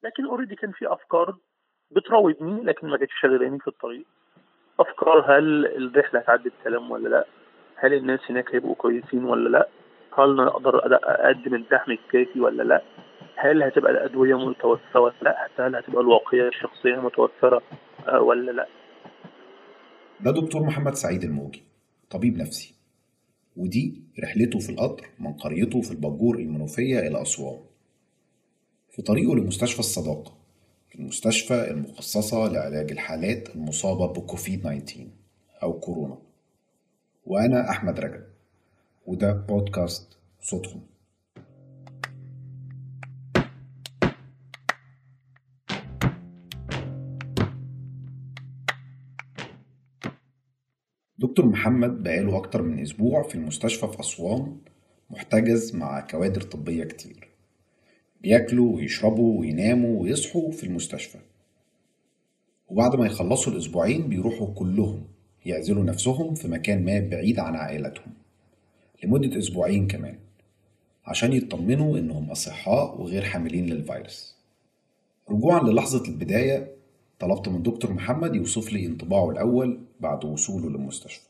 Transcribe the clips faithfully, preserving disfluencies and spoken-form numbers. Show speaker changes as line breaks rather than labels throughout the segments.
لكن اوريدي كان في افكار بتراودني لكن ما كانتش شغلاني في الطريق. افكار هل الرحله هتعدي بسلام ولا لا؟ هل الناس هناك هيبقوا كويسين ولا لا؟ هل نقدر أد- اقدم الدعم الكافي ولا لا؟ هل هتبقى الادويه متوفره ولا لا؟ هل هتبقى الواقيه الشخصيه متوفره آه، ولا لا؟
ده دكتور محمد سعيد الموجي، طبيب نفسي، ودي رحلته في القطر من قريته في الباجور المنوفية إلى أسوان، في طريقه لمستشفى الصداقة، المستشفى المخصصة لعلاج الحالات المصابة بكوفيد تسعة عشر أو كورونا. وأنا أحمد رجب، وده بودكاست صوتهم. دكتور محمد بقاله أكتر من أسبوع في المستشفى في أسوان، محتجز مع كوادر طبية كتير، بياكلوا ويشربوا ويناموا ويصحوا في المستشفى. وبعد ما يخلصوا الأسبوعين بيروحوا كلهم يعزلوا نفسهم في مكان ما بعيد عن عائلتهم لمدة أسبوعين كمان، عشان يطمنوا إنهم أصحاء وغير حاملين للفيروس. رجوعا للحظة البداية، طلبت من دكتور محمد يوصف لي انطباعه الأول بعد وصوله للمستشفى.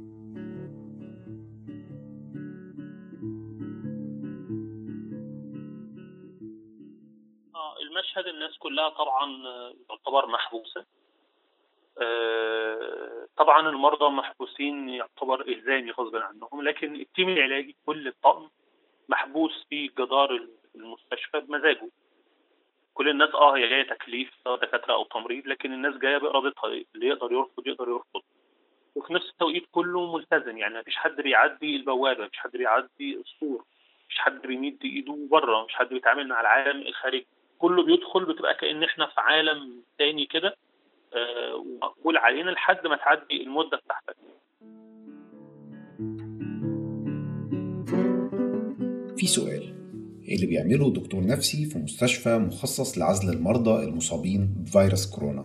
آه، المشهد الناس كلها طبعا آه، يعتبر محبوسة. آه، طبعا المرضى محبوسين يعتبر إلزامي غصب عنهم، لكن التيم العلاجي كل الطقم محبوس في جدار المستشفى بمزاجه. كل الناس اه هي جايه تكليف سواء دكاتره او تمريض، لكن الناس جايه بارادتها، اللي يقدر يرفض يقدر يرفض. وفي نفس التوقيت كله ملتزم، يعني مفيش حد بيعدي البوابه، مفيش حد بيعدي السور، مفيش حد بيمد ايده بره، مفيش حد بيتعامل مع العالم الخارجي. كله بيدخل، بتبقى كأن احنا في عالم تاني كده آه ومقبول علينا لحد ما تعدي المده بتاعتك.
في سؤال: إيه اللي بيعمله دكتور نفسي في مستشفى مخصص لعزل المرضى المصابين بفيروس كورونا؟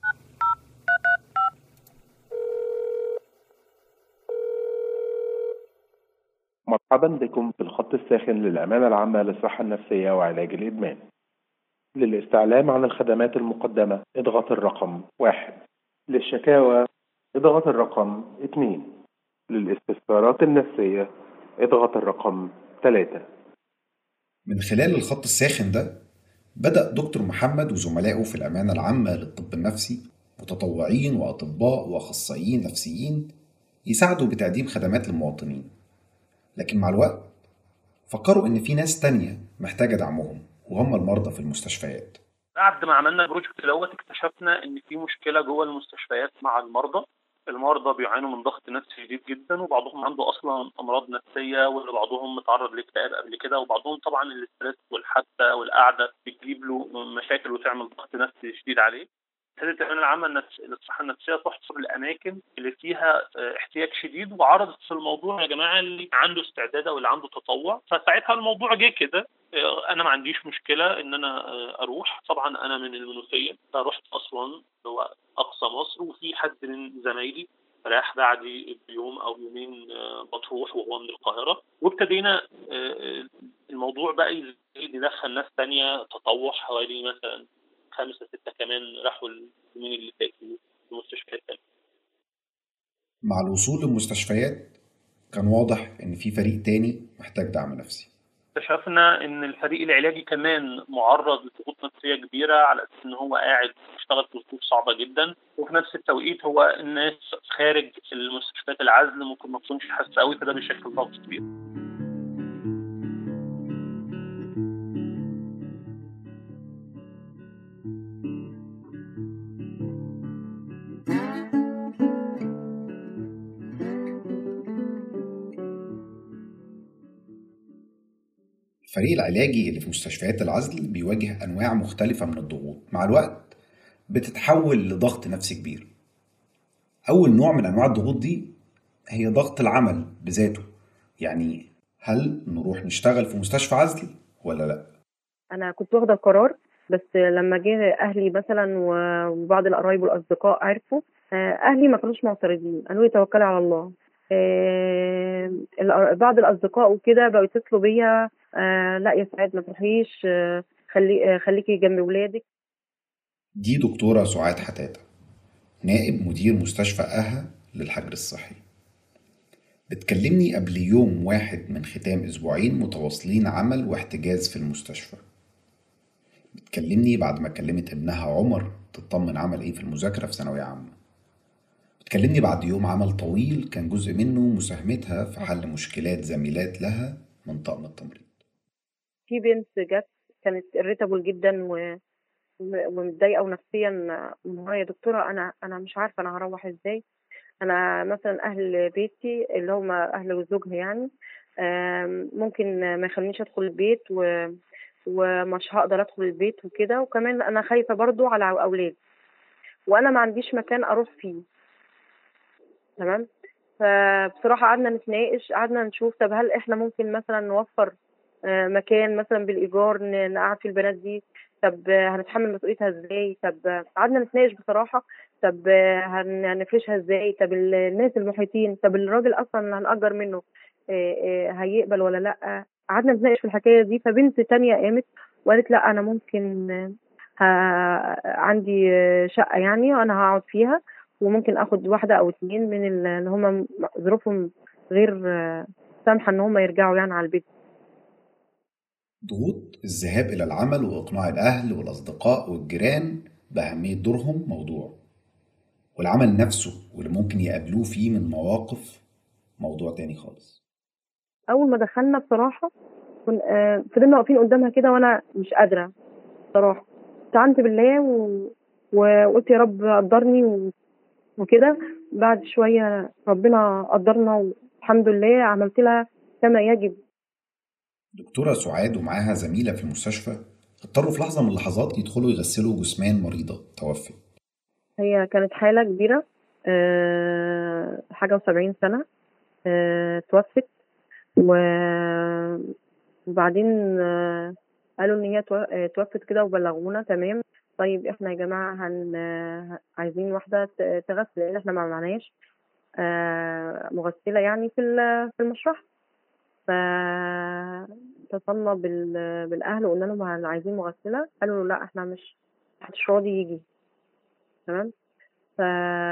مرحبا بكم في الخط الساخن للأمانة العامة للصحة النفسية وعلاج الإدمان. للاستعلام عن الخدمات المقدمة اضغط الرقم واحد. للشكاوى اضغط الرقم اثنين. للاستفسارات النفسية اضغط الرقم ثلاثة.
من خلال الخط الساخن ده بدأ دكتور محمد وزملائه في الأمانة العامة للطب النفسي، متطوعين وأطباء وأخصائيين نفسيين، يساعدوا بتقديم خدمات للمواطنين. لكن مع الوقت فكروا إن في ناس تانية محتاجة دعمهم، وهم المرضى في المستشفيات.
بعد ما عملنا البروجكت دوت اكتشفنا ان في مشكله جوه المستشفيات مع المرضى. المرضى بيعانوا من ضغط نفسي شديد جدا، وبعضهم عنده اصلا امراض نفسيه، وبعضهم متعرض لاكتئاب قبل كده، وبعضهم طبعا الاسترس والحده والقعده بتجيب له مشاكل وتعمل ضغط نفسي شديد عليه. هذه التأمين العامة النفس- للصحة النفسية تحصر الأماكن اللي فيها آه، احتياج شديد، وعرضت في الموضوع يا جماعة اللي عنده استعداد أو اللي عنده تطوع. فساعتها الموضوع جه كده، آه، أنا ما عنديش مشكلة إن أنا آه، أروح. طبعا أنا من المنوفية، فرحت أسوان اللي هو أقصى مصر، وفي حد من زمايلي راح بعدي بيوم أو يومين آه، مطروح وهو من القاهرة، وابتدينا آه، الموضوع بقى يزيد، ندخل ناس تانية تطوع، حوالي مثلا خمسة ستة كمان راحوا اليومين اللي فاتوا المستشفيات تاني.
مع الوصول للمستشفيات كان واضح إن في فريق تاني محتاج دعم نفسي.
اكتشفنا ان الفريق العلاجي كمان معرض لضغوط نفسيه كبيره، على اساس ان هو قاعد بيشتغل في ظروف صعبه جدا، وفي نفس التوقيت هو الناس خارج المستشفيات العزل ممكن ما تكونش حاسه قوي، فده بيشكل ضغط كبير.
الفريق العلاجي اللي في مستشفيات العزل بيواجه أنواع مختلفة من الضغوط، مع الوقت بتتحول لضغط نفسي كبير. أول نوع من أنواع الضغوط دي هي ضغط العمل بذاته، يعني هل نروح نشتغل في مستشفى عزل ولا لأ؟
انا كنت واخده القرار، بس لما جه اهلي مثلا وبعض القرايب والاصدقاء عرفوا، آه، اهلي ما كانوش معترضين، قالوا لي توكلي على الله. آه، الأ- بعض الاصدقاء وكده بقوا يتصلوا بيا، آه، لا يا سعاد ما تروحيش، آه، خلي خليكي جنب ولادك.
دي دكتورة سعاد حتاتة، نائب مدير مستشفى أها للحجر الصحي، بتكلمني قبل يوم واحد من ختام أسبوعين متواصلين عمل واحتجاز في المستشفى. بتكلمني بعد ما كلمت ابنها عمر تطمن عمل ايه في المذاكرة في ثانوية عامة. بتكلمني بعد يوم عمل طويل كان جزء منه مساهمتها في حل مشكلات زميلات لها من طاقم التمريض.
في بنت جت كانت irritable جدا و- ومتضايقه ونفسيا منهارة. يا دكتوره انا انا مش عارفه انا هروح ازاي. انا مثلا اهل بيتي اللي هم اهل زوجها يعني آم، ممكن ما يخلينيش ادخل البيت و... ومش هقدر ادخل البيت وكده، وكمان انا خايفه برضو على اولاد وانا ما عنديش مكان اروح فيه. تمام. فبصراحه قعدنا نتناقش، قعدنا نشوف طب هل احنا ممكن مثلا نوفر آه، مكان مثلا بالايجار ن- نقعد في البنات دي. طب آه، هنتحمل مسؤوليتها ازاي؟ طب آه، قعدنا نتناقش بصراحه. طب آه، هن- هنفرشها ازاي؟ طب ال- الناس المحيطين، طب الراجل اصلا اللي هنأجر منه آه، آه، هيقبل ولا لا؟ قعدنا نتناقش في الحكايه دي. فبنت تانية قامت وقالت لا انا ممكن آه، ه- عندي آه، شقه يعني وانا هقعد فيها، وممكن اخد واحده او اتنين من ال- اللي هم ظروفهم غير آه، سامحه ان هم يرجعوا يعني على البيت.
ضغوط الذهاب إلى العمل وإقناع الأهل والأصدقاء والجيران بأهمية دورهم موضوع، والعمل نفسه واللي ممكن يقابلوه فيه من مواقف موضوع تاني خالص.
اول ما دخلنا بصراحه كن... آه، فضلنا واقفين قدامها كده وانا مش قادره بصراحه. استعنت بالله و... وقلت يا رب قدرني و... وكده. بعد شويه ربنا قدرنا والحمد لله. عملت لها كما يجب.
دكتورة سعاد ومعاها زميلة في المستشفى اضطروا في لحظة من اللحظات يدخلوا يغسلوا جثمان مريضة توفت.
هي كانت حاله كبيره أه... حاجه وسبعين سنه أه... توفت و... وبعدين آه، قالوا ان هي تو- آه، توفت كده وبلغونا. تمام. طيب احنا يا جماعه هن آه، عايزين واحده ت- تغسل لان احنا ما معناش آه، مغسله يعني في ال- في المشرحه. فاتصلنا بال- بالاهل وقلنا لهم هن- عايزين مغسله. قالوا لا احنا مش محدش راضي يجي. تمام. ف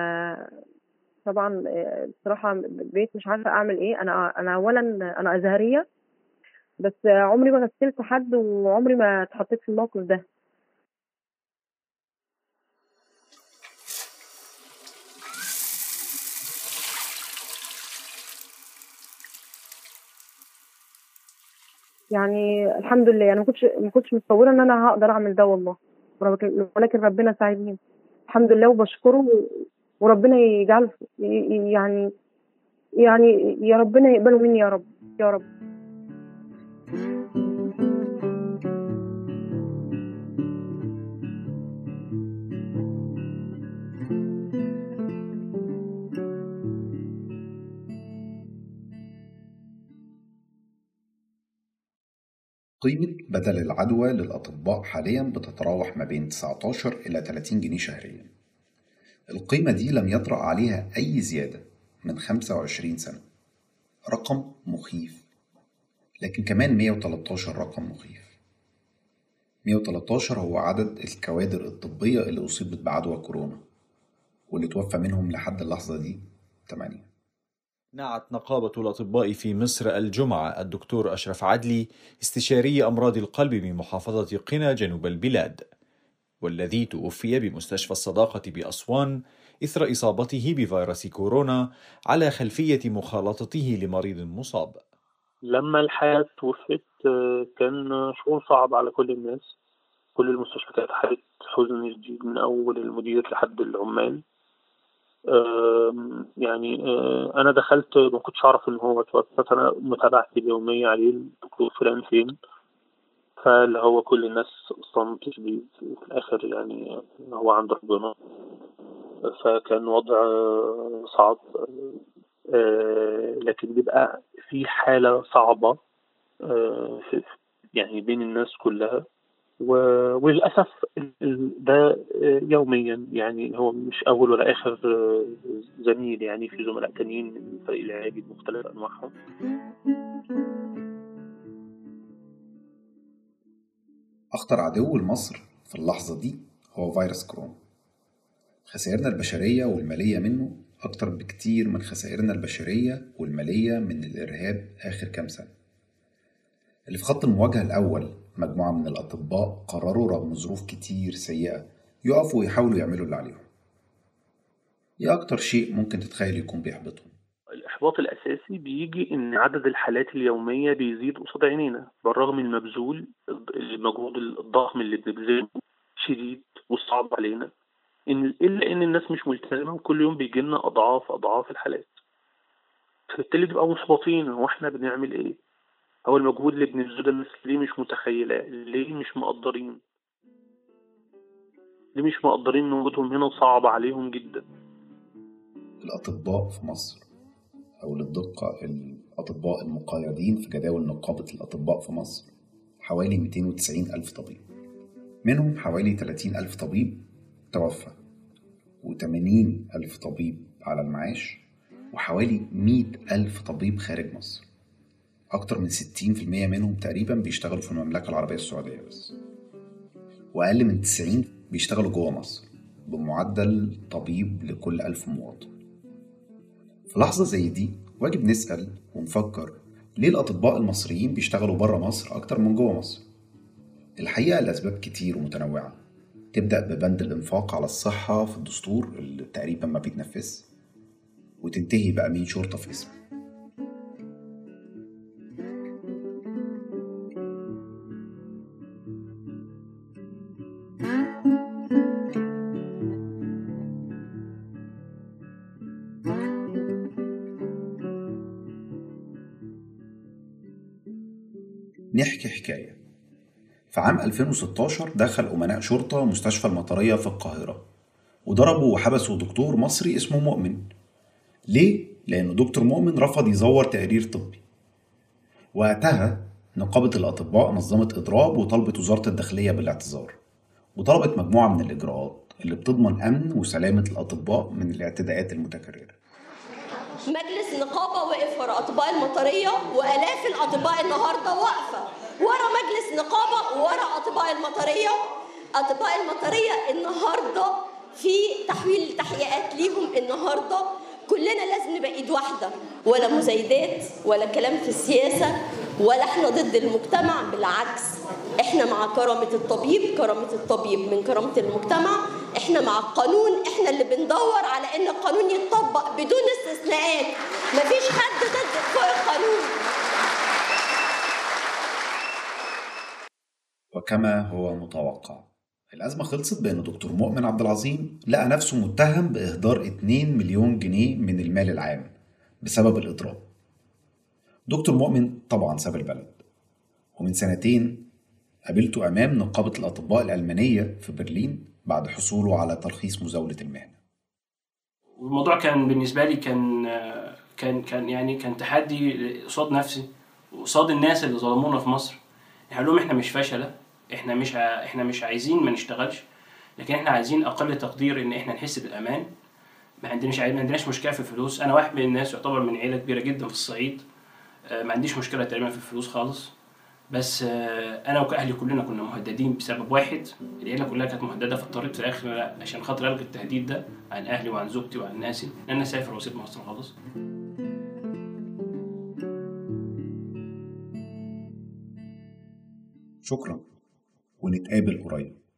طبعا آه، بصراحه بقيت مش عارفه اعمل ايه. انا انا اولا انا ازهريه، بس عمري ما غسلت حد وعمري ما اتحطيت في الموقف ده. يعني الحمد لله انا ما كنتش ما كنتش متصوره ان انا هقدر اعمل ده والله، ولكن ولكن ربنا ساعدني الحمد لله وبشكره. وربنا يجعل يعني يعني يا ربنا يقبله مني يا رب يا رب.
قيمة بدل العدوى للأطباء حاليا بتتراوح ما بين تسعة عشر إلى ثلاثين جنيه شهريا. القيمة دي لم يطرأ عليها أي زيادة من خمسة وعشرين سنة، رقم مخيف. لكن كمان مية وتلتاشر رقم مخيف. مية وتلتاشر هو عدد الكوادر الطبية اللي أصيبت بعدوى كورونا، واللي توفى منهم لحد اللحظة دي ثمانية.
نعت نقابة الأطباء في مصر الجمعة الدكتور أشرف عدلي استشاري أمراض القلب بمحافظة قنا جنوب البلاد، والذي توفي بمستشفى الصداقة بأسوان إثر إصابته بفيروس كورونا على خلفية مخالطته لمريض مصاب.
لما الحياة توفت آه، كان شعور صعب على كل الناس. كل المستشفى كانت حالة حزن شديد من أول المدير لحد العمال. آم، يعني آه، أنا دخلت ما كنتش أعرف إن هو توفى، فأنا متابعتي اليومية عليه الدكتور فلان فين. فاللي هو كل الناس صمت شديد، وفي الآخر يعني هو عند ربنا. فكان وضع آه، صعب. آه، لكن بيبقى في حالة صعبة آه، في يعني بين الناس كلها. و- وللأسف ال- ال- ده آه، يوميا، يعني هو مش أول ولا آخر آه، زميل، يعني في زملاء تانيين من فريق العلاجي بمختلف أنواعهم.
أخطر أخطر عدو لمصر في اللحظة دي هو فيروس كورونا. خسائرنا البشرية والمالية منه أكتر بكتير من خسائرنا البشرية والمالية من الإرهاب آخر كام سنة. اللي في خط المواجهة الأول مجموعة من الأطباء قرروا رغم ظروف كتير سيئة يقفوا ويحاولوا يعملوا اللي عليهم. إيه أكتر شيء ممكن تتخيل يكون بيحبطهم؟
الإحباط الأساسي بيجي إن عدد الحالات اليومية بيزيد قصاد عينينا، بالرغم من المبذول المجهود الضخم اللي بنبذله شديد وصعب علينا، إن إلا إن الناس مش ملتزمة وكل يوم بيجي لنا أضعاف أضعاف الحالات. فبالتالي بنبقى محبطين، هو إحنا بنعمل إيه؟ هو المجهود اللي بنبذله الناس ليه مش متخيلة؟ ليه مش مقدرين؟ ليه مش مقدرين إن وجودهم هنا صعب عليهم جدا؟
الأطباء في مصر، أو للدقة الأطباء المقيدين في جداول نقابة الأطباء في مصر حوالي مئتين وتسعين ألف طبيب، منهم حوالي ثلاثين ألف طبيب توفى وثمانين ألف طبيب على المعاش وحوالي مئة ألف طبيب خارج مصر. أكتر من ستين في المية منهم تقريبا بيشتغلوا في المملكة العربية السعودية بس، وأقل من تسعين بيشتغلوا جوه مصر بمعدل طبيب لكل ألف مواطن. في لحظة زي دي واجب نسأل ونفكر ليه الأطباء المصريين بيشتغلوا برا مصر أكتر من جوه مصر؟ الحقيقة الأسباب كتير ومتنوعة، تبدأ ببند الإنفاق على الصحة في الدستور اللي تقريبا ما بيتنفذ، وتنتهي بأمين شرطة في اسمه. نحكي حكاية. في عام ألفين وستاشر دخل أمناء شرطة مستشفى المطرية في القاهرة وضربوا وحبسوا دكتور مصري اسمه مؤمن. ليه؟ لأنه دكتور مؤمن رفض يزور تقرير طبي. وقتها نقابة الأطباء نظمت إضراب وطلبت وزارة الداخلية بالاعتذار، وطلبت مجموعة من الإجراءات اللي بتضمن أمن وسلامة الأطباء من الاعتداءات المتكررة.
مجلس النقابة وقف ورا أطباء المطرية، وآلاف الأطباء النهاردة واقفة ورا مجلس نقابة ورا أطباء المطرية. أطباء المطرية النهاردة في تحويل تحقيقات ليهم النهاردة. كلنا لازم نبقى إيد واحدة، ولا مزايدات ولا كلام في السياسة، ولا احنا ضد المجتمع. بالعكس، احنا مع كرامة الطبيب، كرامة الطبيب من كرامة المجتمع. احنا مع القانون، احنا اللي بندور على ان القانون يتطبق بدون استثناءات، مفيش حد ضد القانون.
وكما هو متوقع، الأزمة خلصت بأن دكتور مؤمن عبد العظيم لقى نفسه متهم بإهدار اتنين مليون جنيه من المال العام بسبب الإضراب. دكتور مؤمن طبعا ساب البلد، ومن سنتين قابلته أمام نقابة الأطباء الألمانية في برلين بعد حصوله على ترخيص مزاولة المهنة.
والموضوع كان بالنسبة لي كان كان كان يعني كان تحدي قصاد نفسي وقصاد الناس اللي ظلمونا في مصر. قال لهم احنا مش فشلة، احنا مش ع... احنا مش عايزين ما نشتغلش، لكن احنا عايزين اقل تقدير ان احنا نحس بالامان. ما عندناش ما عندناش مشكله في الفلوس. انا واحد من الناس يعتبر من عيله كبيره جدا في الصعيد، ما عنديش مشكله تقريبا في الفلوس خالص، بس انا وكاهلي كلنا كنا مهددين بسبب واحد. العيله كلها كانت مهدده في الطريق في الاخر عشان خاطر الغي التهديد ده عن اهلي وعن زوجتي وعن ناسي ان انا اسافر واسيب مصر خالص.
شكرا ونتقابل قريب.